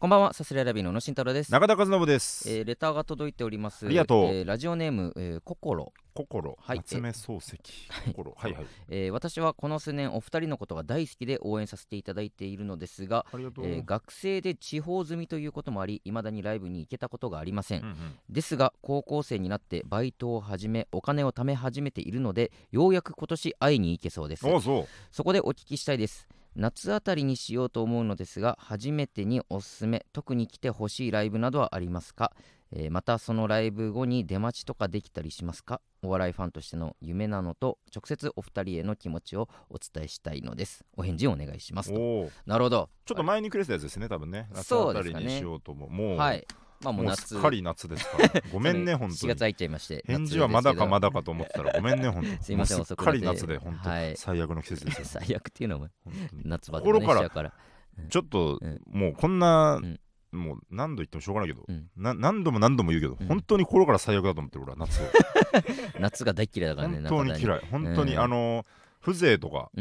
こんばんは、サスレラビーの野慎太郎です。 中田和信です。 レターが届いております。 ありがとう。 ラジオネーム、心。はい、 夏目漱石心はいはい、 私はこの数年お二人のことが大好きで応援させていただいているのですが、 ありがとう。 学生で地方住みということもあり、未だにライブに行けたことがありません、 うんうん、 ですが高校生になってバイトを始めお金を貯め始めているので、ようやく今年会いに行けそうです。そこでお聞きしたいです。夏あたりにしようと思うのですが、初めてにおすすめ、特に来てほしいライブなどはありますか？またそのライブ後に出待ちとかできたりしますか？お笑いファンとしての夢なのと、直接お二人への気持ちをお伝えしたいのです。お返事をお願いしますと。なるほど。 ちょっと前にくれたやつですね、多分ね。夏あたりにしようともう、 はい、まあもうすっかり夏ですからごめんね本当に。 4月入っちゃいまして、 返事はまだかまだかと思ってたらごめんね本当に。 すいません、 もうすっかり夏で本当、 はい、 最悪の季節ですよ最悪っていうのも夏場で心からからちょっと、もうこんな、もう何度言ってもしょうがないけど、何度も言うけど、本当に心から最悪だと思ってる俺は夏を夏が大嫌いだからね。 本当に嫌い、本当に、風情とか、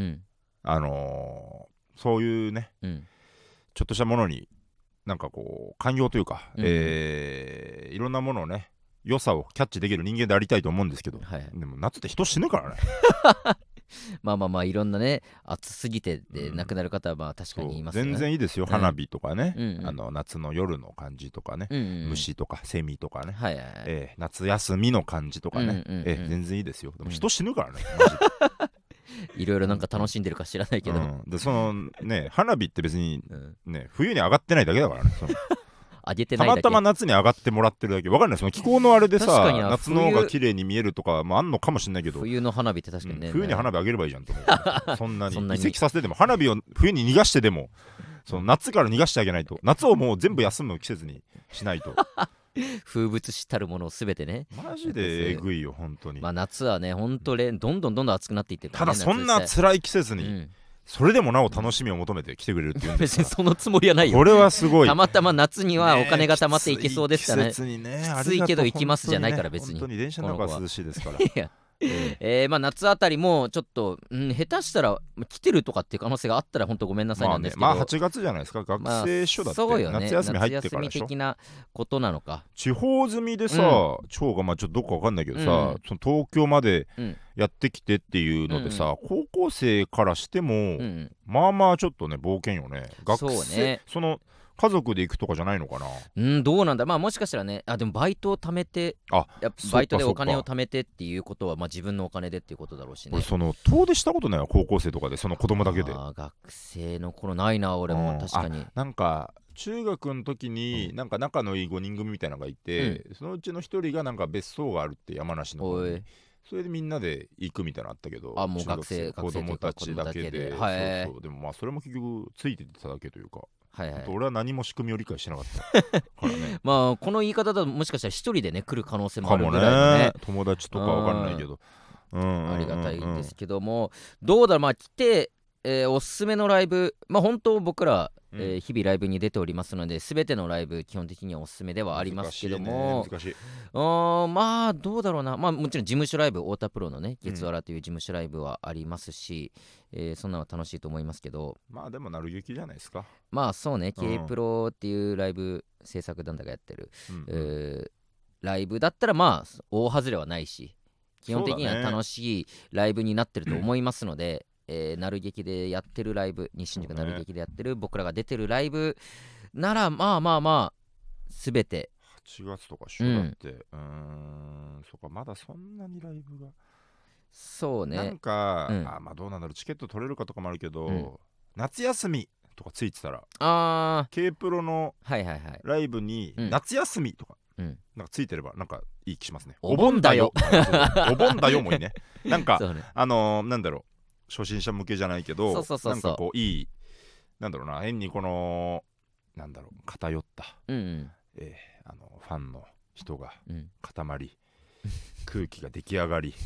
そういうね、ちょっとしたものになんかこう寛容というか、いろんなものをね、良さをキャッチできる人間でありたいと思うんですけど、でも夏って人死ぬからねまあいろんなね、暑すぎてで亡くなる方はまあ確かにいますよね。 全然いいですよ、花火とかね、夏の夜の感じとかね、虫とかセミとかね、夏休みの感じとかね、全然いいですよ。でも人死ぬからね、マジでいろいろなんか楽しんでるか知らないけど、 でそのね、花火って別にね、冬に上がってないだけだからね上げてないだけ、 たまたま夏に上がってもらってるだけ。わかんない、その気候のあれでさ、夏の方が綺麗に見えるとかもあんのかもしれないけど、 冬の花火って確かにね、 冬に花火上げればいいじゃんと思うそんなに移籍させてでも、花火を冬に逃がしてでも、その夏から逃がしてあげないと、夏をもう全部休む季節にしないと風物詩たるものをすべてね、 マジでえぐいよ本当に。 まあ夏はね、本当にどんどん暑くなっていってるから、ね、 ただそんな辛い季節に、それでもなお楽しみを求めて来てくれるっていうんですから、 別にそのつもりはないよ。 これはすごい。 たまたま夏にはお金が貯まっていけそうですからね。 季節にね、 きついけど行きますじゃないから、別に。 本当に電車の中は涼しいですからまあ夏あたりもちょっと、下手したら来てるとかっていう可能性があったら本当ごめんなさいなんですけど、 まあ8月じゃないですか、学生証だって、 そうよね、 夏休み入ってからでしょ。 夏休み的なことなのか。 地方住みでさ、超がまあちょっとどこか分かんないけどさ、その東京までやってきてっていうのでさ、高校生からしても、まあまあちょっとね冒険よね。学生、その家族で行くとかじゃないのかな。 どうなんだ。まあもしかしたらね、でもバイトを貯めて、バイトでお金を貯めてっていうことは、まあ自分のお金でっていうことだろうしね。 俺その遠出したことないわ、高校生とかで、その子供だけで。 学生の頃ないな、俺も。確かになんか中学の時になんか仲のいい5人組みたいなのがいて、そのうちの1人がなんか別荘があるって山梨の方に、それでみんなで行くみたいなのあったけど、 もう学生子供たちだけで、そうでもまあそれも結局ついてただけというか、俺は何も仕組みを理解してなかったからねまあこの言い方だともしかしたら一人でね来る可能性もあるぐらいのね、 友達とかわかんないけど、 ありがたいですけども、どうだろう。まあ来て、おすすめのライブ、まあ本当僕ら、日々ライブに出ておりますので、全てのライブ基本的にはおすすめではありますけども、 難しい。 まあどうだろうな。まあもちろん事務所ライブ、太田プロのね月わらという事務所ライブはありますし、そんなの楽しいと思いますけど、 まあでもなる劇じゃないですか。 まあそうね、K プロっていうライブ制作団体がやってる、ライブだったらまあ大外れはないし、基本的には楽しいライブになってると思いますので、なる劇でやってるライブ、西新宿なる劇でやってる僕らが出てるライブなら、まあ全て 8月とかしょだって、そっか、まだそんなにライブが、 そうね、 なんか、まあどうなんだろう、チケット取れるかとかもあるけど、夏休みとかついてたら、K プロのライブに夏休みとかなんかついてればなんかいい気しますね。 お盆だよお盆だよもいいね。なんかなんだろう、初心者向けじゃないけど、なんかこういい、なんだろうな、変にこのなんだろう、偏った、ファンの人が固まり、空気が出来上がり、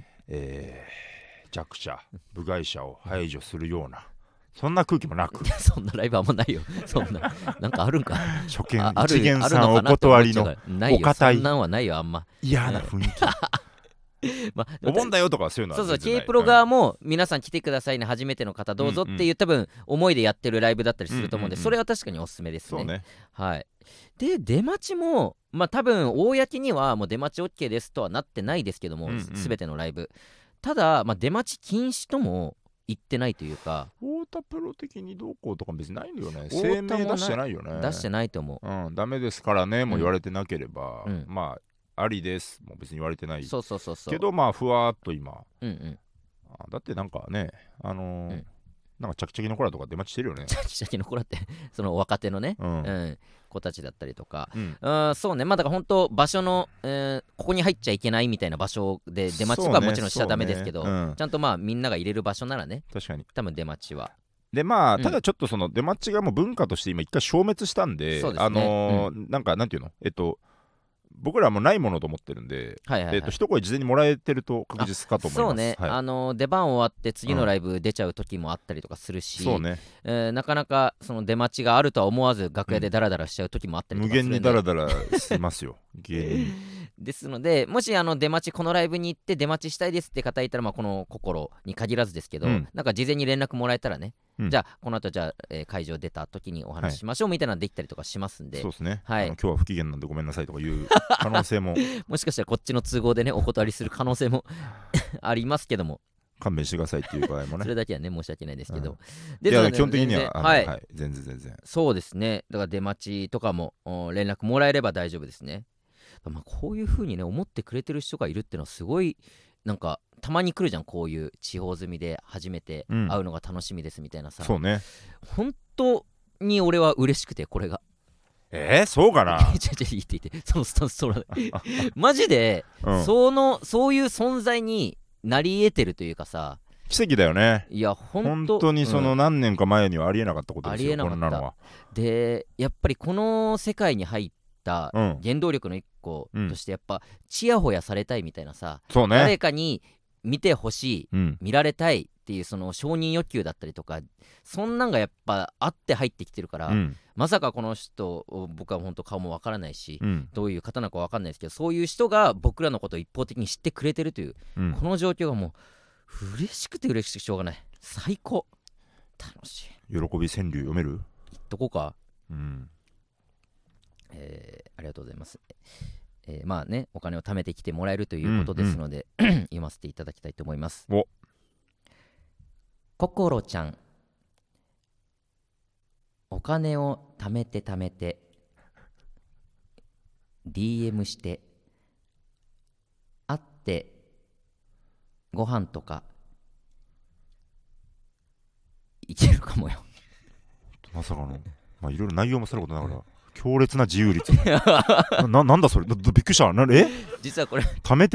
弱者部外者を排除するような、そんな空気もなくそんなライブあんまないよ。そんななんかあるんか初見一元さんお断りのお堅いそんなんはないよ、あんま嫌な雰囲気まあ、お盆だよとかそういうのはそうそう K プロ側も皆さん来てくださいね、初めての方どうぞっていう多分思いでやってるライブだったりすると思うんで、それは確かにおすすめですね。 そうね、 はい。で出待ちもまあ多分公にはもう出待ち OK ですとはなってないですけども、全てのライブただ、まあ、出待ち禁止とも言ってないというか、 太田プロ的にどうこうとか別にないんだよね。声明出してないよね。 出してないと思う。ダメですからねも言われてなければ、まあありですも別に言われてない。 そうけどまあふわーっと今、だってなんかねなんかチャキチャキの子らとか出待ちしてるよね。 チャキチャキの子らってその若手のね、子たちだったりとか、そうね、まあだから本当場所の、ここに入っちゃいけないみたいな場所で出待ちとかはもちろんしちゃダメですけど、ちゃんとまあみんなが入れる場所ならね、 確かに多分出待ちは。 でまあただちょっとその出待ちがもう文化として今一回消滅したんで、なんかなんていうの僕らはもうないものと思ってるんで、一声事前にもらえてると確実かと思います。 そうね、出番終わって次のライブ出ちゃう時もあったりとかするし、 そうね、 なかなかその出待ちがあるとは思わず楽屋でダラダラしちゃう時もあったりとかするんで、 無限にダラダラしますよ芸人ですので、もし出待ちこのライブに行って出待ちしたいですって方いたら、まあこの心に限らずですけど、なんか事前に連絡もらえたらね、じゃあこの後じゃあ、会場出た時にお話ししましょうみたいなのできたりとかしますんで、 そうですね、 はい、 今日は不機嫌なんでごめんなさいとかいう可能性ももしかしたらこっちの都合でねお断りする可能性もありますけども、 勘弁してくださいっていう場合もねそれだけはね申し訳ないですけど、 いや基本的には全然そうですね。だから出待ちとかも連絡もらえれば大丈夫ですね。まあこういう風にね思ってくれてる人がいるっていうのはすごい、なんかたまに来るじゃん、こういう地方住みで初めて会うのが楽しみですみたいなさ、 そうね、 本当に俺は嬉しくて、これがそうかな言ってそのスタンス取らないマジで、そういう存在になり得てるというかさ、 奇跡だよね。 いや本当にその何年か前にはありえなかったことですよ、こんなのは。 でやっぱりこの世界に入った原動力の一個として、やっぱチヤホヤされたいみたいなさ、誰かに見てほしい、見られたいっていうその承認欲求だったりとか、そんなんがやっぱあって入ってきてるから、まさかこの人、僕は本当顔もわからないし、どういう方なのかわかんないですけど、そういう人が僕らのことを一方的に知ってくれてるという、この状況がもう嬉しくて嬉しくてしょうがない。最高、楽しい。 喜び川柳読める？ 言っとこうか。ありがとうございます。まあね、お金を貯めてきてもらえるということですので、読ませていただきたいと思います。こころちゃん、お金を貯めて DM して会ってご飯とかいけるかもよ。 まさかの、まあいろいろ内容もさることながら強烈な自由率なんだそれ、びっくりした。 実はこれ貯めて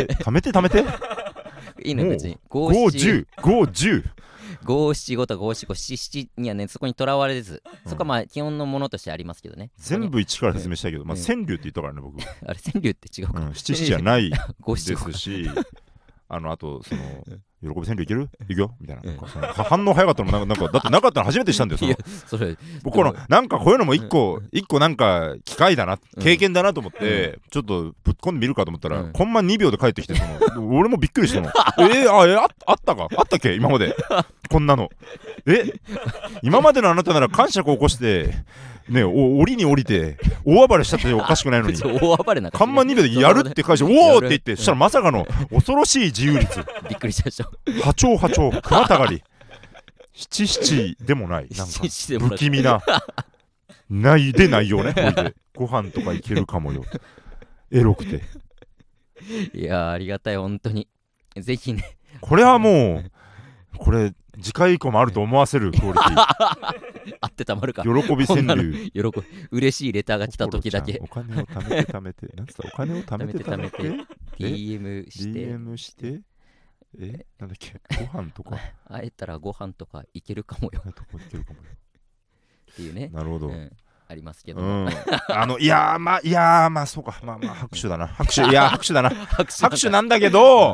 いいね、別に 5、10 五七五と五七五七七にはね、そこにとらわれず、そこはまあ基本のものとしてありますけどね。 全部一から説明したけど、まあ川柳って言ったからね僕。 あれ川柳って違うか。 七七じゃないですし、あとその喜び川柳いける？いくよみたいな。反応早かったのもなんかだってなかったの初めてしたんだよ。 それ僕なんかこういうのも一個なんか機会だな、経験だなと思ってちょっとぶっ込んでみるかと思ったら、コンマ2秒で帰ってきて、俺もびっくりしたの。あったっけ今までこんなの。今までのあなたなら感触を起こしてね、檻に降りて大暴れしちゃっておかしくないのに、 大暴れなんかカンマ2秒でやるって返しておおって言って、そしたらまさかの恐ろしい自由率。 びっくりしたでしょ。 波長熊たがり七七でもない、なんか不気味な内容ね。これでご飯とかいけるかもよ、エロくて。 いやありがたい、本当にぜひね。 これはもうこれ次回以降もあると思わせるクオリティ。 あってたまるか。 喜び川柳。 嬉しいレターが来た時だけ。 お金を貯めてなんつった？お金を貯めて DM してなんだっけ、ご飯とか会えたらご飯とかいけるかもよっていうね。 なるほど、 ありますけど、 いやまあそうか、まあ拍手だな、拍手だな拍手なんだけど、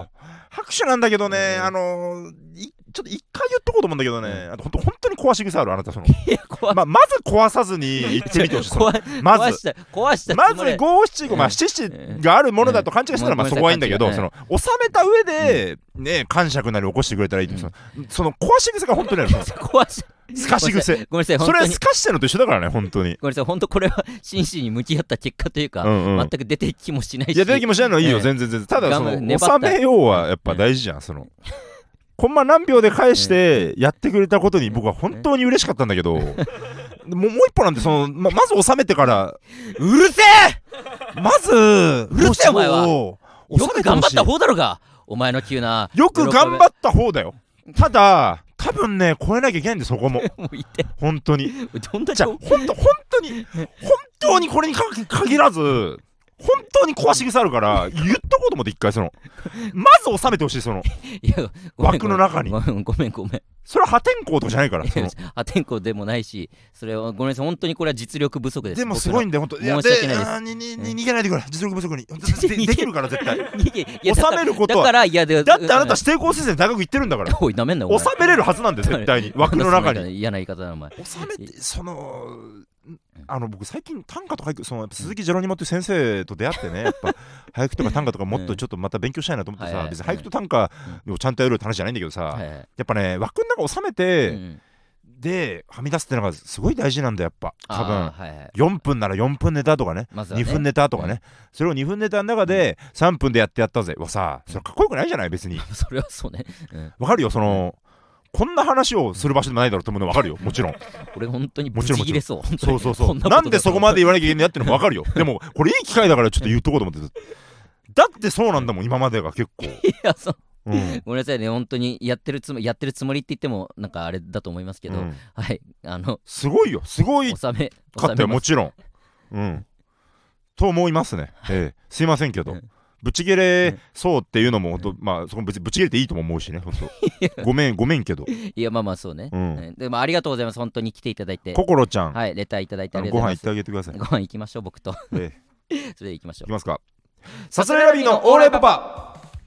拍手なんだけどね、ちょっと一回言っとこうと思うんだけどね、あと本当に壊し癖ある、あなたその。まず壊さずに言ってみてほしい。まず五七五、七七があるものだと勘違いしたらまあそこはいいんだけど、その収めた上でね、感触なり起こしてくれたらいい。その壊し癖が本当にある。すかし癖。ごめんなさい、それはすかしてるのと一緒だからね、本当に。 ごめんなさい、本当これは真摯に向き合った結果というか、全く出てきもしないし。 いや、出てきもしないのはいいよ、全然。ただ、その収めようはやっぱ大事じゃん、その。コンマ何秒で返してやってくれたことに僕は本当に嬉しかったんだけど、もう一歩なんで、まず収めてから、 うるせえまず、うるせえお前は。よく頑張った方だろが、お前の急な。 よく頑張った方だよ。ただ、多分ね、超えなきゃいけないんで、そこも。本当に。じゃあ、本当にこれに限らず、本当に壊し癖あるから言っとこうと思って、一回まず収めてほしい、枠の中に。 ごめんそれは破天荒とかじゃないから。 破天荒でもないし、それはごめんなさい、本当にこれは実力不足です。 でもすごいんだよ、本当。 申し訳ないです。 逃げないでくれ、実力不足に。できるから絶対。 収めることは。だってあなた指定校先生に大学行ってるんだから。 おい、なめんなお前。 収めれるはずなんで、絶対に。枠の中に。 嫌な言い方だ、お前。 収めて、僕最近短歌と俳句、鈴木ジェロニモっていう先生と出会ってね、やっぱ俳句とか短歌とかもっとちょっとまた勉強したいなと思ってさ、別に俳句と短歌をちゃんとやるって話じゃないんだけどさ、やっぱね、枠の中収めて、ではみ出すってのがすごい大事なんだよ、やっぱ。多分4分なら4分ネタとかね、2分ネタとかね、それを2分ネタの中で3分でやったぜはさ、それかっこよくないじゃない、別に。 それはそうね。 わかるよ、こんな話をする場所でもないだろうと思うの分かるよ、もちろん。 俺本当にブチギレそう。 そう。なんでそこまで言わなきゃいけないやってのも分かるよ。でもこれいい機会だからちょっと言っとこうと思って。だってそうなんだもん、今までが結構。 いや、ごめんなさいね、本当にやってるつもりって言ってもなんかあれだと思いますけど、はい、 すごいよ、すごいかったよ、もちろん。と思いますね。すいませんけど。ぶち切れそうっていうのもまあそこ別にぶち切れていいとも思うしね、本当。ごめんけど。 いや、まあそうね。でもありがとうございます、本当に来ていただいて。 心ちゃん、 はい、レターいただいてありがとうございます。 ご飯行ってあげてください。 ご飯行きましょう、僕と。それで行きましょう。 行きますか。さすらいラビーのオーライパパ。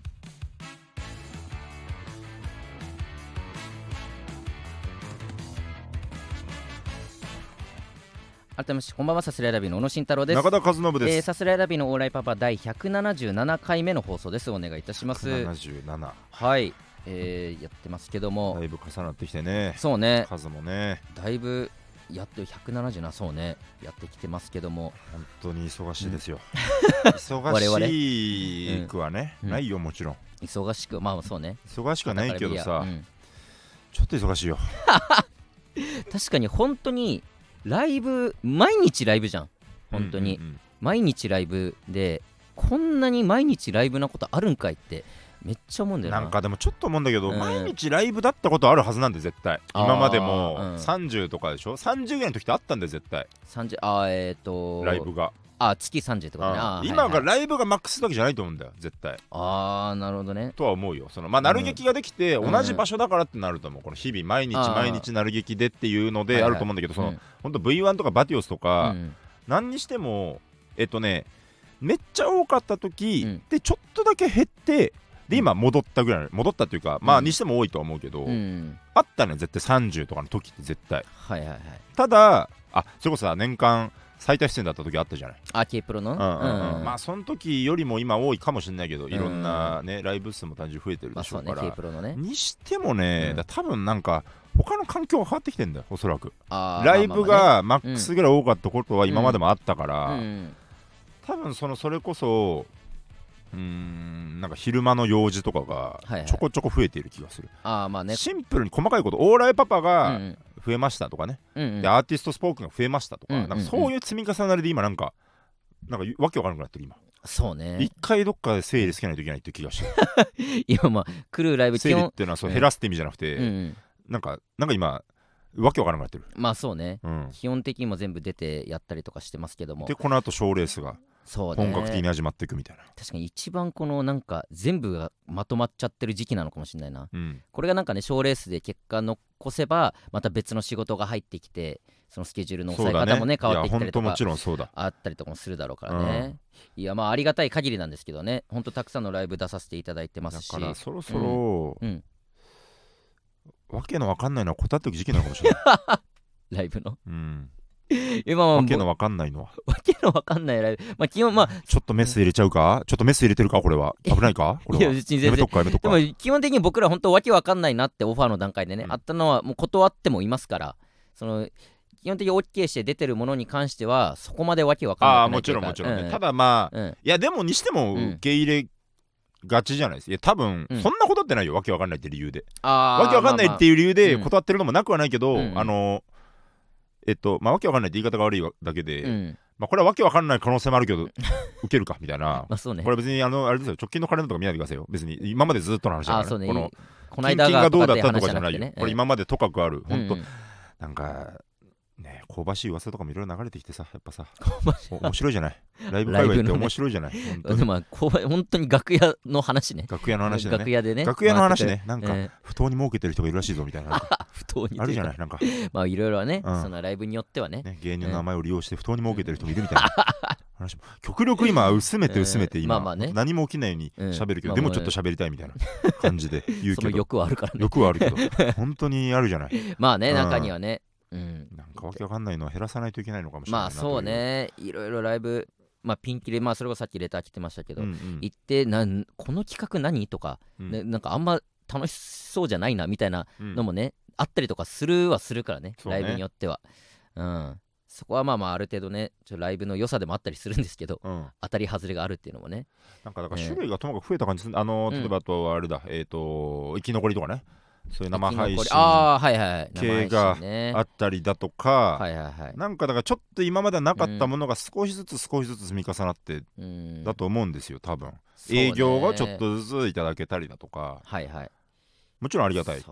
改めましてこんばんは、さすらいラビの小野慎太郎です。 中田和信です。 さすらいラビのオーライパパ第177回目の放送です。お願いいたします。 177、 はい、やってますけども、 だいぶ重なってきてね。 そうね、 数もね、 だいぶやって177、そうね、やってきてますけども、 本当に忙しいですよ。忙しくはね、ないよ、もちろん。 忙しく、まあそうね、 忙しくはないけどさ、ちょっと忙しいよ。 確かに本当にライブ、毎日ライブじゃん、本当に、毎日ライブで、こんなに毎日ライブなことあるんかいってめっちゃ思うんだよな。 なんかでもちょっと思うんだけど、毎日ライブだったことあるはずなんで、絶対。今までも30とかでしょ、30ぐらいの時ってあったんで、絶対。 30、 ライブが。 月30とかね。今がライブがマックスだけじゃないと思うんだよ、絶対。 なるほどね。 とは思うよ。まあ、なる劇ができて、同じ場所だからってなると思う。この日々、毎日なる劇でっていうのであると思うんだけど、本当 V1 とかバティオスとか、何にしても、めっちゃ多かった時で、ちょっとだけ減って、で、今戻ったぐらい、戻ったというか、まあ、にしても多いとは思うけど、あったね、絶対30とかの時って絶対。ただ、それこそさ、年間、最多出演だった時あったじゃない。 K プロの、 まあその時よりも今多いかもしれないけど、いろんなねライブ数も単純に増えてるでしょうから、にしてもね、多分なんか他の環境が変わってきてんだよ、おそらく。ライブがマックスぐらい多かったことは今までもあったから、多分それこそなんか昼間の用事とかがちょこちょこ増えている気がする。シンプルに細かいこと、オーライパパが増えましたとかね、でアーティストスポークが増えましたとか、なんかそういう積み重なりで今なんかわけわからなくなってる今。 そうね、 一回どっかで整理つけないといけないっていう気がして今来るライブ整理っていうのは減らすって意味じゃなくて、なんか今わけわからなくなってる。 まあそうね、基本的にも全部出てやったりとかしてますけども、 でこの後賞レースが本格的に始まっていくみたいな。 確かに一番このなんか全部がまとまっちゃってる時期なのかもしれないな、これがなんかね賞レースで結果残せばまた別の仕事が入ってきて、そのスケジュールの抑え方もね変わってきたりとか、 もちろんそうだあったりとかもするだろうからね、いやまあありがたい限りなんですけどね、ほんとたくさんのライブ出させていただいてますし、 だからそろそろ、わけのわかんないのは答えておく時期なのかもしれないライブの今はわけのわかんないのはわけのわかんないライブ、まあ基本まあちょっとメス入れちゃうか、ちょっとメス入れてるか、これは危ないか、これは。いや別に全然やめとくかやめとくか。 でも基本的に僕ら本当わけわかんないなってオファーの段階でね、あったのはもう断ってもいますから、その基本的に OK して出てるものに関してはそこまでわけわかんない。 もちろんもちろんね、ただまあ、いやでもにしても受け入れがちじゃないですか。いや多分そんなことってないよ、わけわかんないって理由で。わけわかんないっていう理由で断ってるのもなくはないけど、まあわけわかんないって言い方が悪いだけで、まあこれはわけわかんない可能性もあるけど受けるかみたいなまあそうね、 これ別にあれですよ、直近のカレンダーとか見ないでくださいよ。別に今までずっとの話だからね。この近々がどうだったとかじゃないよ。これ今までとかくある本当なんかね、香ばしい噂とかもいろいろ流れてきてさ、やっぱさ面白いじゃない、ライブ界隈って面白いじゃない。 でも本当に楽屋の話ね。 楽屋の話ね。 楽屋でね。 楽屋の話ね。なんか不当に儲けてる人がいるらしいぞみたいな。 不当にあるじゃない。なんかまあいろいろね、そのライブによってはね、 芸人の名前を利用して不当に儲けてる人もいるみたいな話も極力今薄めて今何も起きないように喋るけど、でもちょっと喋りたいみたいな感じで言うけど、 その欲はあるからね。 欲はあるけど本当にあるじゃない。 まあね、中にはね、 なんかわけわかんないのは減らさないといけないのかもしれないな。 まあそうね、いろいろライブ、まあピンキリ、まあそれこそさっきレター来てましたけど、行ってこの企画何とか、なんかあんま楽しそうじゃないなみたいなのもね、あったりとかするからね、ライブによっては。そこはまあまあある程度ね、ライブの良さでもあったりするんですけど、当たり外れがあるっていうのもね。 なんかだから種類がともかく増えた感じする。例えばあとはあれだ、生き残りとかね、そういう生配信系があったりだとか、なんかだからちょっと今まではなかったものが少しずつ積み重なってだと思うんですよ、多分。営業がちょっとずついただけたりだとか、もちろんありがたい。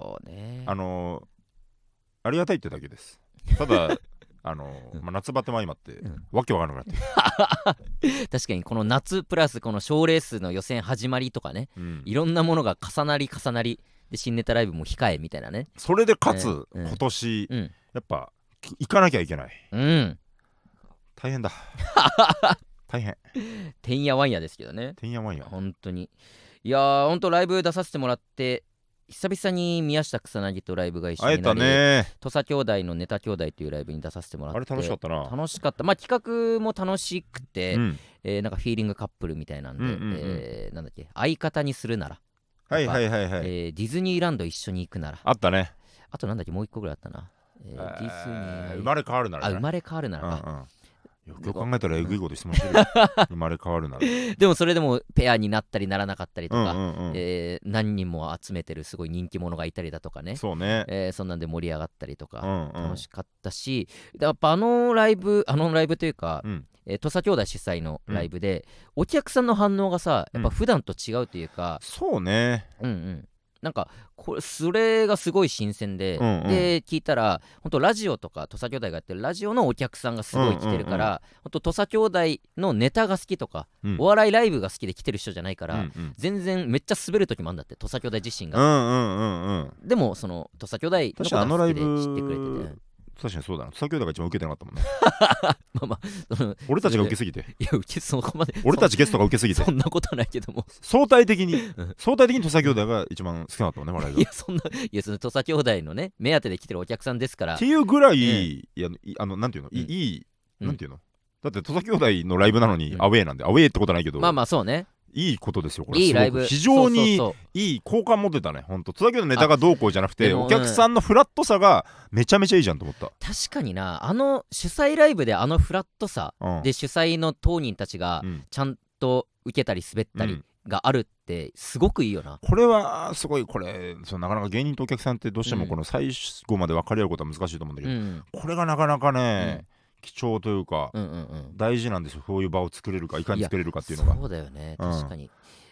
ありがたいってだけです。ただ夏バテも相まってわけわからなくなってる。 確かにこの夏プラスこの賞レースの予選始まりとかね、いろんなものが重なりで新ネタライブも控えみたいなね。 それでかつ今年やっぱ行かなきゃいけない。大変だ大変。 てんやわんやですけどね。 てんやわんや本当に。いやー本当ライブ出させてもらって久々に宮下草薙とライブが一緒になり、土佐兄弟のネタ兄弟というライブに出させてもらって、 あれ楽しかったな。 楽しかった。まあ企画も楽しくて、なんかフィーリングカップルみたいなんで、なんだっけ、相方にするなら、ディズニーランド一緒に行くなら、 あったね。 あとなんだっけ、もう一個ぐらいあったな。ディズニー生まれ変わるなら、 生まれ変わるならか。 よく考えたらえぐいこと質問してる生まれ変わるなら。 でもそれでもペアになったりならなかったりとか、何人も集めてるすごい人気者がいたりだとかね。 そうね、 そんなんで盛り上がったりとか、楽しかったし、やっぱあのライブというか、土佐兄弟主催のライブで、お客さんの反応がさやっぱ普段と違うというか、 そうね、 なんかそれがすごい新鮮で、で聞いたら本当ラジオとか土佐兄弟がやってるラジオのお客さんがすごい来てるから、本当土佐兄弟のネタが好きとか、お笑いライブが好きで来てる人じゃないから、全然めっちゃ滑る時もあるんだって、土佐兄弟自身が。でもその土佐兄弟のことが好きで知ってくれてて。 確かにそうだな。土佐兄弟が一番受けてなかったもんね。 まあ俺たちが受けすぎて。 いやそこまで。 俺たちゲストが受けすぎて。 そんなことはないけども。 相対的に土佐兄弟が一番好きだったもんね、笑いが。 いやその土佐兄弟のね目当てで来てるお客さんですから。 っていうぐらい、いやなんていうの、いいなんていうの。だって土佐兄弟のライブなのにアウェーなんで、アウェーってことないけど。 まあそうね。 いいことですよ、これ。 いいライブ。 非常にいい好感持ってたね、本当。津田家のネタがどうこうじゃなくて、お客さんのフラットさがめちゃめちゃいいじゃんと思った。 確かにな、主催ライブでフラットさ、で主催の当人たちがちゃんと受けたり滑ったりがあるってすごくいいよな。 これはすごい、これなかなか芸人とお客さんってどうしてもこの最後まで分かり合うことは難しいと思うんだけど、これがなかなかね、貴重というか大事なんですよ。そういう場を作れるかいかに作れるかっていうのが。 そうだよね、確かに。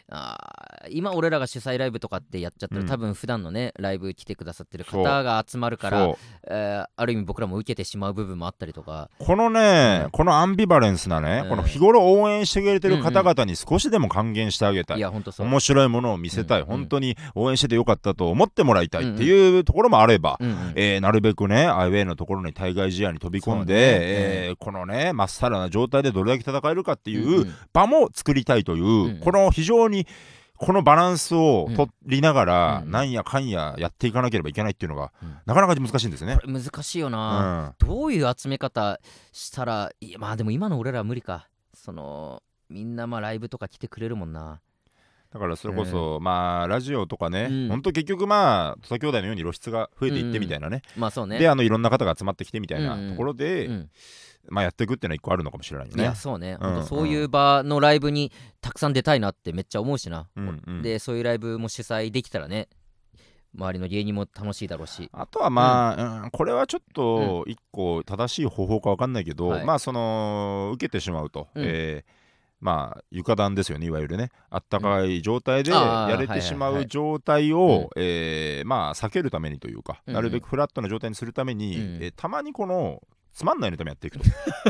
今俺らが主催ライブとかってやっちゃったら、多分普段のねライブ来てくださってる方が集まるから、ある意味僕らも受けてしまう部分もあったりとか、 このね、このアンビバレンスなね、この日頃応援してくれてる方々に少しでも還元してあげたい、いや本当そう、面白いものを見せたい、本当に応援しててよかったと思ってもらいたいっていうところもあれば、なるべくねアウェーのところに対外試合に飛び込んで、このねまっさらな状態でどれだけ戦えるかっていう場も作りたいという、この非常にこのバランスを取りながら、なんやかんややっていかなければいけないっていうのが、なかなか難しいんですね。 これ難しいよな、どういう集め方したらまあでも今の俺らは無理か、みんなライブとか来てくれるもんな。 だからそれこそ、ラジオとかね、ほんと結局土佐兄弟のように露出が増えていってみたいなね、でいろんな方が集まってきてみたいなところで、やっていくっていうのは一個あるのかもしれないよね。 いやそうね、ほんとそういう場のライブにたくさん出たいなってめっちゃ思うしな、でそういうライブも主催できたらね、周りの芸人も楽しいだろうし、 あとはこれはちょっと一個正しい方法か分かんないけど、受けてしまうと、床暖ですよね、いわゆるね、あったかい状態でやれてしまう状態を避けるためにというか、なるべくフラットな状態にするために、たまにこのつまんないネタもやっていくと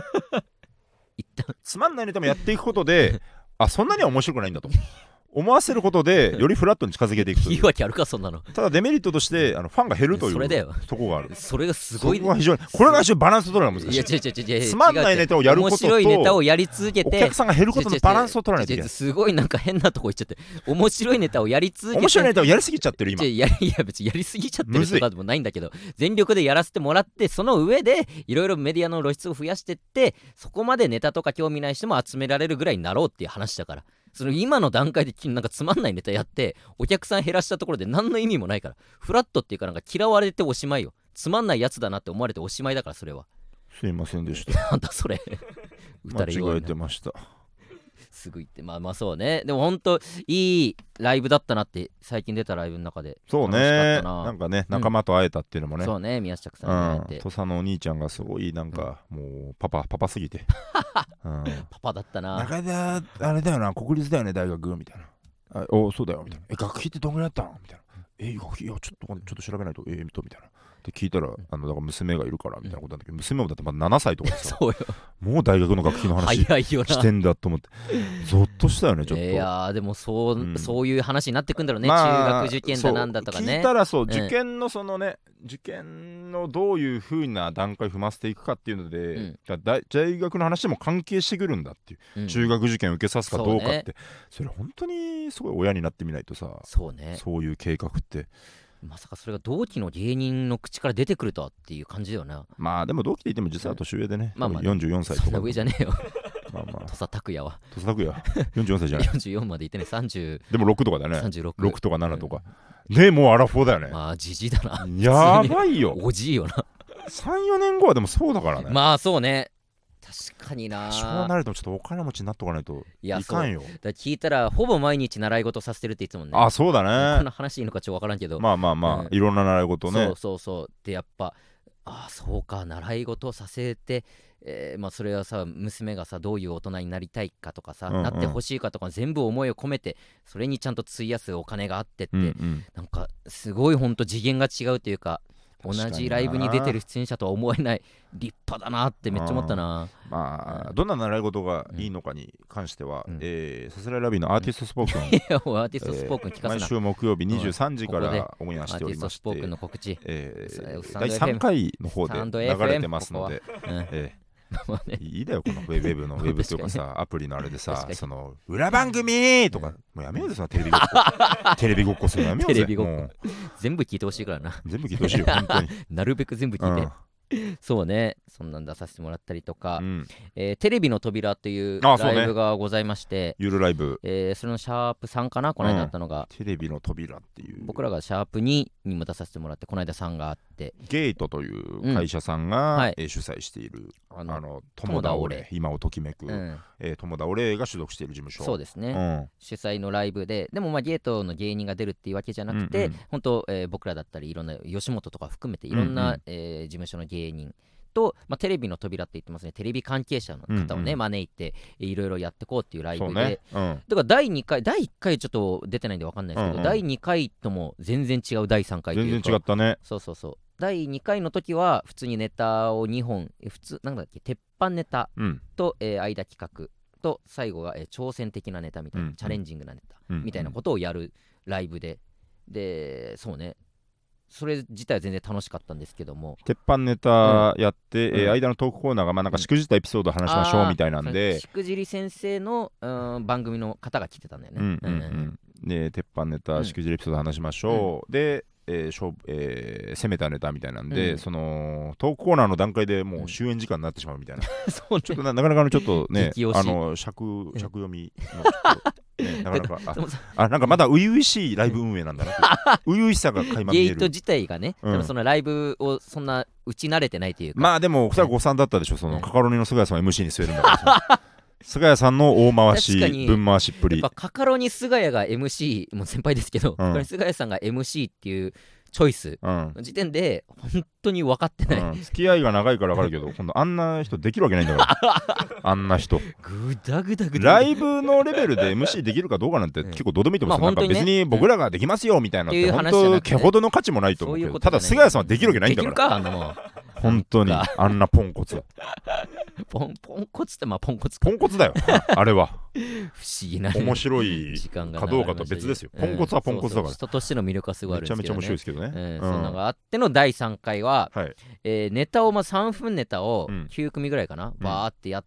つまんないネタもやっていくことでそんなには面白くないんだと思わせることでよりフラットに近づけていくという。 いいわけあるかそんなの。 ただデメリットとしてファンが減るというところがある。 それがすごい、 これが非常にバランスを取るのが難しい。 いやつまんないネタをやることと面白いネタをやり続けてお客さんが減ることのバランスを取らないといけない。 すごいなんか変なとこ行っちゃって、面白いネタをやり続けて面白いネタをやりすぎちゃってる今。 いや別にやりすぎちゃってるとかでもないんだけど、全力でやらせてもらって、その上でいろいろメディアの露出を増やしてって、そこまでネタとか興味ない人も集められるぐらいになろうっていう話だから、その今の段階でなんかつまんないネタやってお客さん減らしたところで何の意味もないから、フラットっていうかなんか嫌われておしまいよ、つまんないやつだなって思われておしまいだから、それはすいませんでしたなんだそれ間違えてました。 すぐ言って、そうね、でもほんといいライブだったなって最近出たライブの中でそうね、なんかね仲間と会えたっていうのもね、 そうね、宮下さんに会えて、 土佐のお兄ちゃんがすごいなんか、もうパパすぎてパパだったな。 中田あれだよな、国立だよね大学みたいな、おそうだよみたいな、学費ってどんぐらいだったのみたいな、学費いやちょっと調べないとみたいなって聞いたら、だから娘がいるからみたいなことなんだけど、娘もだってまだ7歳とかでさそうよ、 もう大学の学費の話してんだと思ってゾッとしたよねちょっと。 いやでもそういう話になってくんだろうね、中学受験だなんだとかね。 聞いたら受験の受験のどういう風な段階踏ませていくかっていうので、大学の話でも関係してくるんだっていう、中学受験を受けさすかどうかって、それ本当にすごい親になってみないとさ、そういう計画ってまさかそれが同期の芸人の口から出てくるとはっていう感じだよな。 でも同期って言っても実は年上でね、44歳とか。 そんな上じゃねえよ土佐拓也は 44歳じゃない 44までいってね、30 でも6とかだね、 36 とか7とか、でもうアラフォーだよね。 じじいだなやばいよおじいよな 3、4年後はでもそうだからね。 そうね、確かにな。 そうなるとちょっとお金持ちになっとかないといかんよ。 だ聞いたらほぼ毎日習い事させてるって言ってたもんね。 そうだね。 こんな話いいのかちょっと分からんけど、 いろんな習い事ね。 そうでやっぱそうか、習い事させて、それはさ、娘がさどういう大人になりたいかとかさ、なってほしいかとか全部思いを込めてそれにちゃんと費やすお金があってって、なんかすごいほんと次元が違うというか、同じライブに出てる出演者とは思えない立派だなってめっちゃ思ったな。 どんな習い事がいいのかに関しては、さすらいラビのアーティストスポークンいやもうアーティストスポークン聞かせな、 毎週木曜日23時からオンエアしておりまして、 アーティストスポークンの告知、 第3回の方で流れてますので、いいだよこのウェブのウェブというかさアプリのあれでさ、その裏番組とかもうやめようぜ、そのテレビごっこテレビごっこするのやめようぜ。テレビごっこ全部聞いてほしいからな。 全部聞いてほしいよ本当になるべく全部聞いて、そうね、そんなん出させてもらったりとか、テレビの扉っていうライブがございまして、 ゆるライブ、 それのシャープ3かな、この間あったのが、 テレビの扉っていう、 僕らがシャープ2にも出させてもらって、この間3があって、 ゲートという会社さんが主催している友田オレ、今をときめく友田オレが所属している事務所、 そうですね、主催のライブで、でもゲートの芸人が出るっていうわけじゃなくて、本当僕らだったりいろんな吉本とか含めていろんな事務所の芸人と、テレビの扉って言ってますね、テレビ関係者の方をね、招いていろいろやってこうっていうライブで、だから第1回ちょっと出てないんで分かんないですけど、第2回とも全然違う第3回というか、 全然違ったね。 そう第2回の時は普通にネタを2本、普通なんだっけ、鉄板ネタと、間企画と最後が、挑戦的なネタみたいな、チャレンジングなネタみたいなことをやるライブで、そうね、それ自体は全然楽しかったんですけども、 鉄板ネタやって、間のトークコーナーがなんかしくじったエピソードを話しましょうみたいなんで、 しくじり先生の、番組の方が来てたんだよね。 で鉄板ネタしくじりエピソード話しましょう、で攻めたネタみたいなんで、そのトークコーナーの段階でもう終演時間になってしまうみたいな、 そうね、 ちょっとなかなかのちょっとね尺読みのちょっと、なかなかなんかまだ初々しいライブ運営なんだな初々しさが垣間見える。 ゲート自体がね、でもそのライブをそんな打ち慣れてないというか、 まあでもそれは誤算だったでしょ、そのカカロニの菅谷さんは MC に据えるんだから菅谷さんの大回し分回しっぷり、 やっぱカカロニ菅谷が MC もう先輩ですけど、カカロニ菅谷さんが MC っていうチョイスの時点で本当に分かってない、 付き合いが長いから分かるけど、今度あんな人できるわけないんだからあんな人グダグダライブのレベルで MC できるかどうかなんて結構どうでもいいと思うんですよ、なんか別に僕らができますよみたいなって本当毛ほどの価値もないと思うけど、ただ菅谷さんはできるわけないんだから本当にあんなポンコツポンコツってポンコツだよあれは不思議な面白いかどうかと別ですよ。ポンコツはポンコツだから人としての魅力はすごいあるんですけどね、 めちゃめちゃ面白いですけどね、 そんなのがあっての第3回は、ネタを3分ネタを9組ぐらいかな、バーってやって、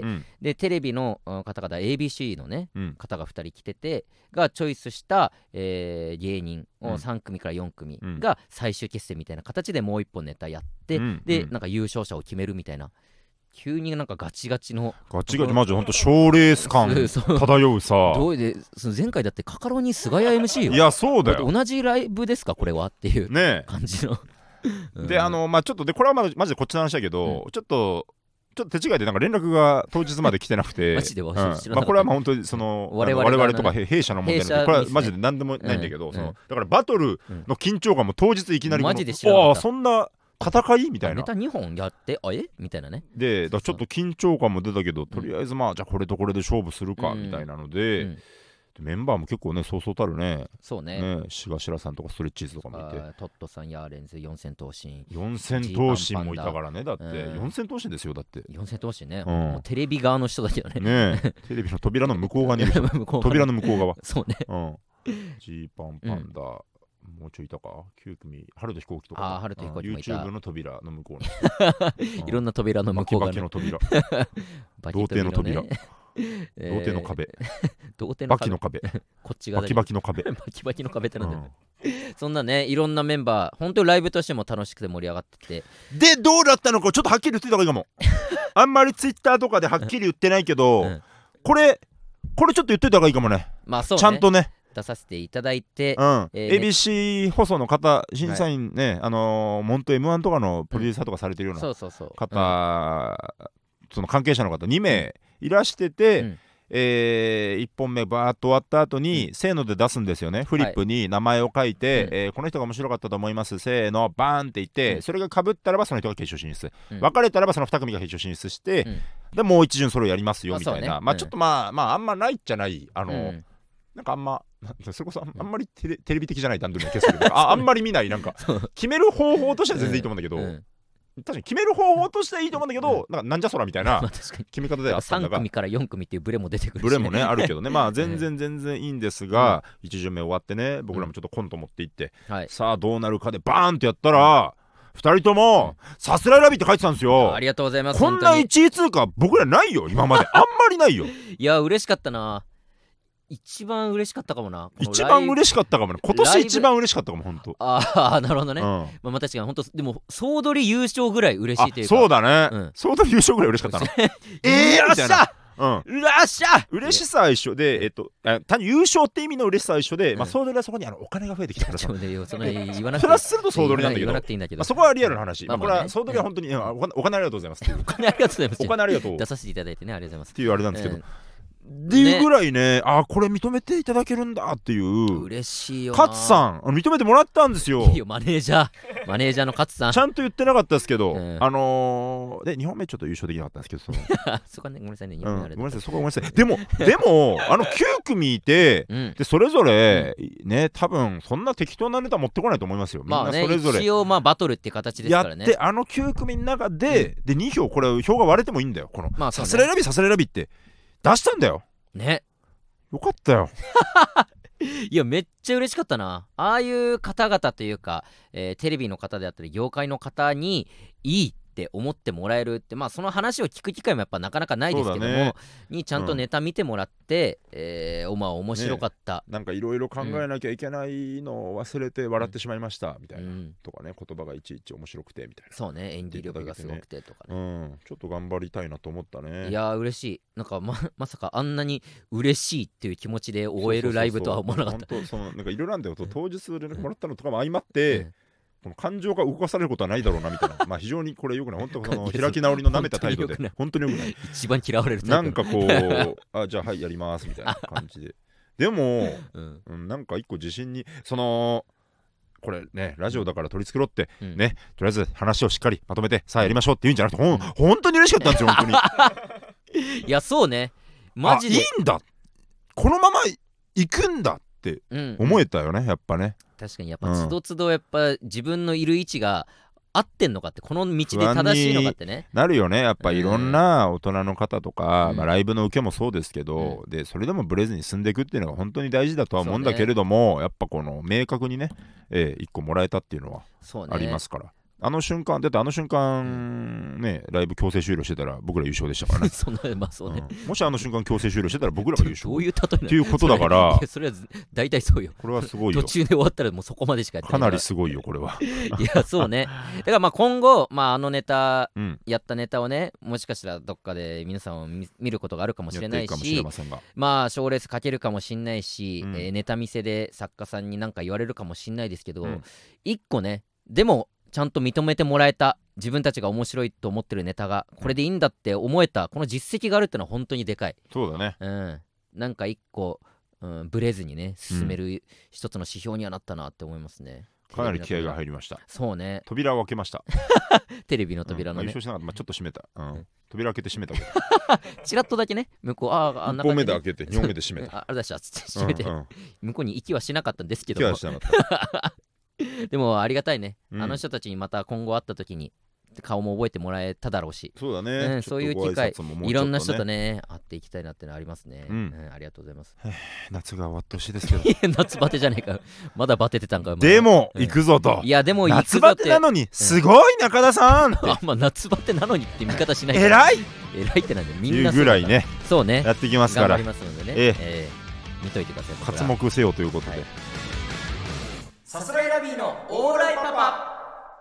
でテレビの方々 ABC のね、方が2人来ててがチョイスした、芸人を3組から4組が最終決戦みたいな形でもう1本ネタやって、でなんか優勝者を決めるみたいな、急になんかガチガチマジほんと賞レース感漂うさどうで、その前回だってカカロニ菅谷 MC よ。 いやそうだよ、 同じライブですかこれはっていう感じの、 でちょっとでこれはマジでこっちの話だけど、ちょっと手違いでなんか連絡が当日まで来てなくてマジで知らなかった。 これは本当にその我々とか弊社の問題なんで、これはマジで何でもないんだけど、だからバトルの緊張感も当日いきなりマジで知らなかった。 そんな戦いみたいなネタ2本やってみたいなね。 でちょっと緊張感も出たけど、とりあえずじゃあこれとこれで勝負するかみたいなので、メンバーも結構ねそうそうたるね、 そうね、 志頭さんとかストレッチーズとかもいて、 トットさん、ヤーレンズ、四千頭身もいたからね、だって四千頭身ですよ、だって四千頭身ね、もうテレビ側の人だけどねテレビの扉の向こう側にいる人扉の向こう側そうね、 ジーパンパンダ、もうちょいいたか9組、春と飛行機とか、 春と飛行機もいた、 YouTube の扉の向こういろんな扉の向こう側バキバキの扉童貞の扉童貞の壁バキの壁こっち側バキバキの壁バキバキの壁ってなんだよ、そんなねいろんなメンバー本当にライブとしても楽しくて盛り上がってて、 でどうだったのかちょっとはっきり言ってた方がいいかもあんまりツイッターとかではっきり言ってないけど、これちょっと言っといた方がいいかもね、 そうね、 ちゃんとね出させていただいて、 ABC 放送の方審査員ね、モント M1 とかのプロデューサーとかされてるような方、その関係者の方2名いらしてて、1本目バーッと終わった後に、せーので出すんですよね。フリップに名前を書いて、この人が面白かったと思います、せーのバーンって言って、それが被ったらばその人が決勝進出、別れたらばその2組が決勝進出して、でもう一巡それをやりますよみたいな、ちょっとあんまないっちゃないなんかあんまそれこそあんまりテレビ的じゃない段取りのケースであんまり見ないなんか決める方法としては全然いいと思うんだけど、確かに決める方法としてはいいと思うんだけど、なんじゃそらみたいな決め方であったんだが、 3組から4組っていうブレも出てくるし、 ブレもねあるけどね、全然いいんですが、1巡目終わってね、僕らもちょっとコント持っていって、さあどうなるかでバーンってやったら、2人ともさすらいラビって書いてたんですよ。 ありがとうございます。 こんな1位通過僕らないよ今まであんまりないよいや嬉しかったな、一番嬉しかったかもな。 一番嬉しかったかもね。今年一番嬉しかったかも本当。 ああなるほどね。確かに本当でも総取り優勝ぐらい嬉しいというか。 そうだね。総取り優勝ぐらい嬉しかったの。よっしゃ。よっしゃ。嬉しさは一緒で単に優勝って意味の嬉しさは一緒で、総取りはそこにお金が増えてきたからさ。プラスすると総取りなんだけど。そこはリアルな話。これは総取りは本当にお金ありがとうございます。お金ありがとうございます。お金ありがとう。 出させていただいてねありがとうございます。 っていうあれなんですけど。 っていうぐらいね、あ、これ認めていただけるんだっていう。 嬉しいよな。 勝さん認めてもらったんですよ。 いいよ、マネージャーの勝さん。 ちゃんと言ってなかったですけど、で2本目ちょっと優勝できなかったんですけど、 そこはね、ごめんなさいね、2本目あれ、 ごめんなさい、そこはごめんなさい。でも9組いて、でそれぞれね、多分そんな適当なネタ持ってこないと思いますよ。みんなそれぞれ一応バトルっていう形ですからね。 やって9組の中で2票、これ票が割れてもいいんだよ。このさすらいラビって出したんだよね。 よかったよ。 いや、めっちゃ嬉しかったな。ああいう方々というか、テレビの方であったり業界の方にいいって思ってもらえるって、その話を聞く機会もやっぱなかなかないですけども、ね、にちゃんとネタ見てもらって、面白かった、 なんかいろいろ考えなきゃいけないのを忘れて笑ってしまいました、みたいな、とかね、言葉がいちいち面白くてみたいな。 そうね、演技力がすごくてとかね、 ちょっと頑張りたいなと思ったね。 いやー嬉しい。なんか まさかあんなに嬉しいっていう気持ちで終えるライブとは思わなかった。 なんかいろいろなんだよ。当日連絡もらったのとかも相まって、この感情が動かされることはないだろうなみたいな。非常にこれよくない。本当開き直りの舐めた態度で本当によくない。 一番嫌われるタイプ。 なんかこうじゃあはいやりますみたいな感じで。でも、なんか一個自信にこれね、ラジオだから取り繕ってね、とりあえず話をしっかりまとめてさあやりましょうって言うんじゃなくて、本当に嬉しかったんですよ。本当に。いや、そうね、マジでいいんだ、このまま行くんだって思えたよね、やっぱね。 確かにやっぱつどつどやっぱ自分のいる位置が合ってんのかって、この道で正しいのかってね、 なるよね。やっぱいろんな大人の方とか、ライブの受けもそうですけど、でそれでもブレずに進んでいくっていうのが本当に大事だとは思うんだけれども、やっぱこの明確にね、1個もらえたっていうのはありますから。あの瞬間ね、ライブ強制終了してたら僕ら優勝でしたからね。 そうね、 もしあの瞬間強制終了してたら僕らが優勝。 どういう例えっていうことだから、 それは大体そうよ。 これはすごいよ。 途中で終わったらもうそこまでしかやってない。 かなりすごいよこれは。 いや、そうね。だから今後、あのネタ、やったネタをね、もしかしたらどっかで皆さんを見ることがあるかもしれないし、賞レースかけるかもしれないし、ネタ見せで作家さんに何か言われるかもしれないですけど、一個ね、でもちゃんと認めてもらえた、自分たちが面白いと思ってるネタがこれでいいんだって思えた、この実績があるってのは本当にでかい。 そうだね。 なんか一個、ブレずにね進める一つの指標にはなったなって思いますね。 かなり気合が入りました。 そうね。 扉を開けました。 テレビの扉のね。 優勝しなかった。ちょっと閉めた。扉開けて閉めた。 チラッとだけね、向こう、 1本目で開けて2本目で閉めた。 あれだし、つって閉めて、向こうに行きはしなかったんですけど。 行きはしなかった。 でもありがたいね、あの人たちにまた今後会った時に顔も覚えてもらえただろうし。 そうだね、 そういう機会、いろんな人とね会っていきたいなってのありますね。ありがとうございます。 夏が終わってほしいですけど。 夏バテじゃねえか、まだバテてたんか。 でも行くぞと。 いやでも夏バテなのにすごい中田さんって。 夏バテなのにって見方しない。 偉いってなんで、みんなぐらいね。 そうね、 やっていきますから。 頑張りますのでね、見といてください。 活目せよということで。 さすらいラビーのオーライパパ。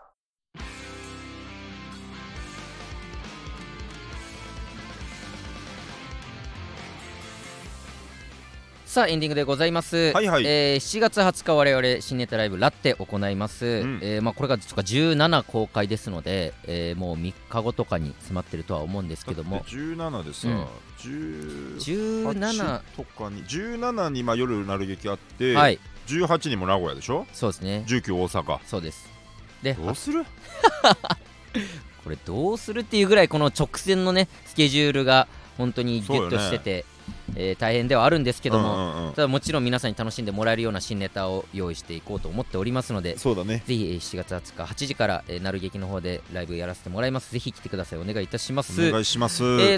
さあエンディングでございます。7月20日我々新ネタライブラッテ行います。これが17公開ですので、もう3日後とかに詰まってるとは思うんですけども、 17でさ、17とかに17に夜なる劇あって、18にも名古屋でしょ。 そうですね。 19大阪。 そうです。でどうするこれどうするっていうぐらいこの直線のねスケジュールが本当にギュッとしてて、大変ではあるんですけども、ただもちろん皆さんに楽しんでもらえるような新ネタを用意していこうと思っておりますので、 そうだね、 ぜひ7月20日8時からなる劇の方でライブやらせてもらいます。ぜひ来てください。お願いいたします。 お願いします。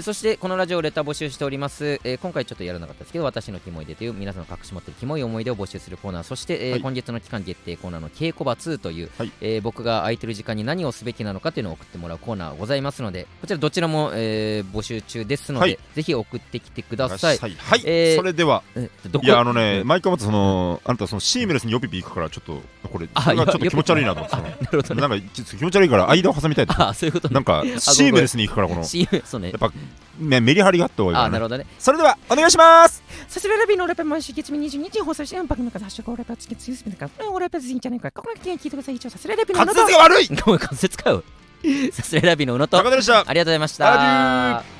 そしてこのラジオレター募集しております。今回ちょっとやらなかったですけど、私のキモい出という皆さんの隠し持っているキモい思い出を募集するコーナー、そして、今月の期間限定コーナーの稽古場2という、僕が空いてる時間に何をすべきなのかというのを送ってもらうコーナーございますので、こちらどちらも、募集中ですので、ぜひ送ってきてください。 それでは、いや毎回またあなたシームレスにヨピピ行くからちょっとこれがちょっと気持ち悪いなと思ってなんか気持ち悪いから間を挟みたいと。 そういうことなんかシームレスに行くからこのやっぱメリハリがあった方がいいからね。 なるほどね。 それではお願いします。 さすらいラビーのオレペ毎週月22日放送してパクの方発色オレペ月強すぎるからオレペずいんじゃないか。ここが聞いてください。以上さすらいラビーの滑舌が悪い。 ごめん滑舌かよ。さすらいラビーの宇野と高田でした。 ありがとうございました。